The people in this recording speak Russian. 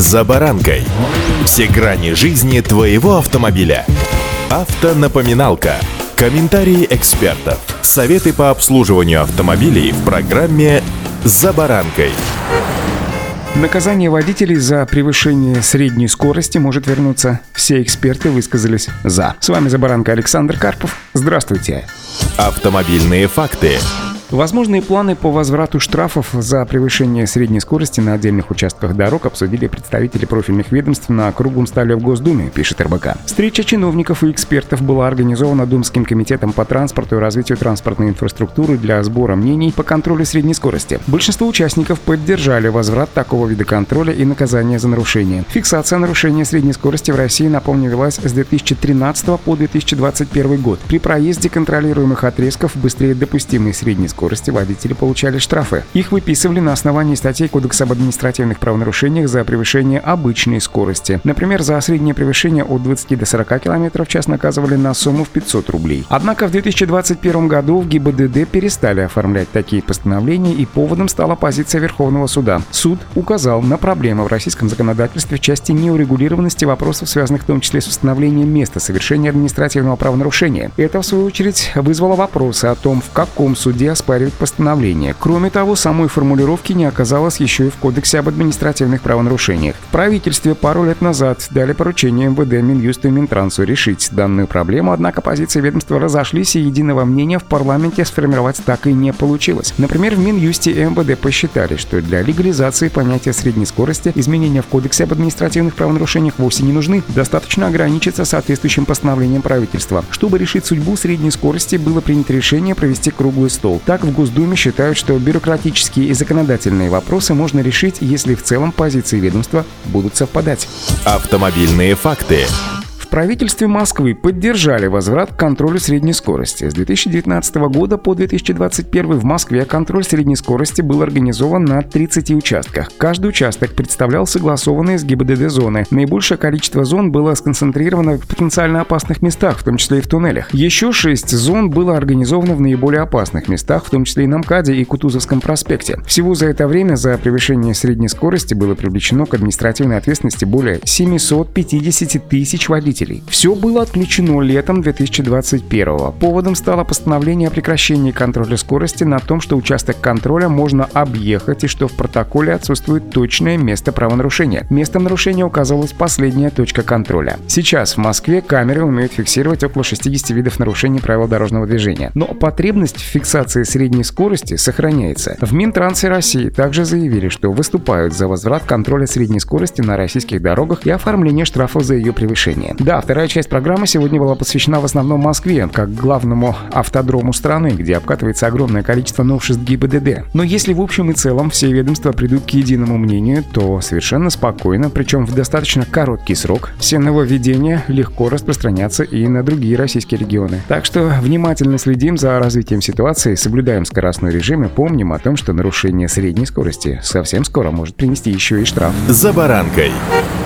«За баранкой». Все грани жизни твоего автомобиля. Автонапоминалка. Комментарии экспертов. Советы по обслуживанию автомобилей в программе «За баранкой». Наказание водителей за превышение средней скорости может вернуться. Все эксперты высказались «за». С вами «За баранкой» Александр Карпов. Здравствуйте. Автомобильные факты. Возможные планы по возврату штрафов за превышение средней скорости на отдельных участках дорог обсудили представители профильных ведомств на круглом столе в Госдуме, пишет РБК. Встреча чиновников и экспертов была организована Думским комитетом по транспорту и развитию транспортной инфраструктуры для сбора мнений по контролю средней скорости. Большинство участников поддержали возврат такого вида контроля и наказания за нарушение. Фиксация нарушения средней скорости в России, напомню, велась с 2013 по 2021 год. При проезде контролируемых отрезков быстрее допустимой средней скорости водители получали штрафы. Их выписывали на основании статей Кодекса об административных правонарушениях за превышение обычной скорости. Например, за среднее превышение от 20 до 40 км в час наказывали на сумму в 500 рублей. Однако в 2021 году в ГИБДД перестали оформлять такие постановления, и поводом стала позиция Верховного суда. Суд указал на проблемы в российском законодательстве в части неурегулированности вопросов, связанных в том числе с установлением места совершения административного правонарушения. Это, в свою очередь, вызвало вопросы о том, в каком суде оспаривать постановление. Кроме того, самой формулировки не оказалось еще и в Кодексе об административных правонарушениях. В правительстве пару лет назад дали поручение МВД, Минюсту и Минтрансу решить данную проблему, однако позиции ведомства разошлись, и единого мнения в парламенте сформировать так и не получилось. Например, в Минюсте и МВД посчитали, что для легализации понятия средней скорости изменения в Кодексе об административных правонарушениях вовсе не нужны. Достаточно ограничиться соответствующим постановлением правительства. Чтобы решить судьбу средней скорости, было принято решение провести круглый стол. Так, в Госдуме считают, что бюрократические и законодательные вопросы можно решить, если в целом позиции ведомства будут совпадать. Автомобильные факты. В правительстве Москвы поддержали возврат к контролю средней скорости. С 2019 года по 2021 в Москве контроль средней скорости был организован на 30 участках. Каждый участок представлял согласованные с ГИБДД зоны. Наибольшее количество зон было сконцентрировано в потенциально опасных местах, в том числе и в туннелях. Еще 6 зон было организовано в наиболее опасных местах, в том числе и на МКАДе и Кутузовском проспекте. Всего за это время за превышение средней скорости было привлечено к административной ответственности более 750 тысяч водителей. Все было отключено летом 2021-го. Поводом стало постановление о прекращении контроля скорости на том, что участок контроля можно объехать и что в протоколе отсутствует точное место правонарушения. Местом нарушения указывалась последняя точка контроля. Сейчас в Москве камеры умеют фиксировать около 60 видов нарушений правил дорожного движения. Но потребность в фиксации средней скорости сохраняется. В Минтрансе России также заявили, что выступают за возврат контроля средней скорости на российских дорогах и оформление штрафов за ее превышение. Да, вторая часть программы сегодня была посвящена в основном Москве, как главному автодрому страны, где обкатывается огромное количество новшеств ГИБДД. Но если в общем и целом все ведомства придут к единому мнению, то совершенно спокойно, причем в достаточно короткий срок, все нововведения легко распространятся и на другие российские регионы. Так что внимательно следим за развитием ситуации, соблюдаем скоростной режим и помним о том, что нарушение средней скорости совсем скоро может принести еще и штраф. «За баранкой».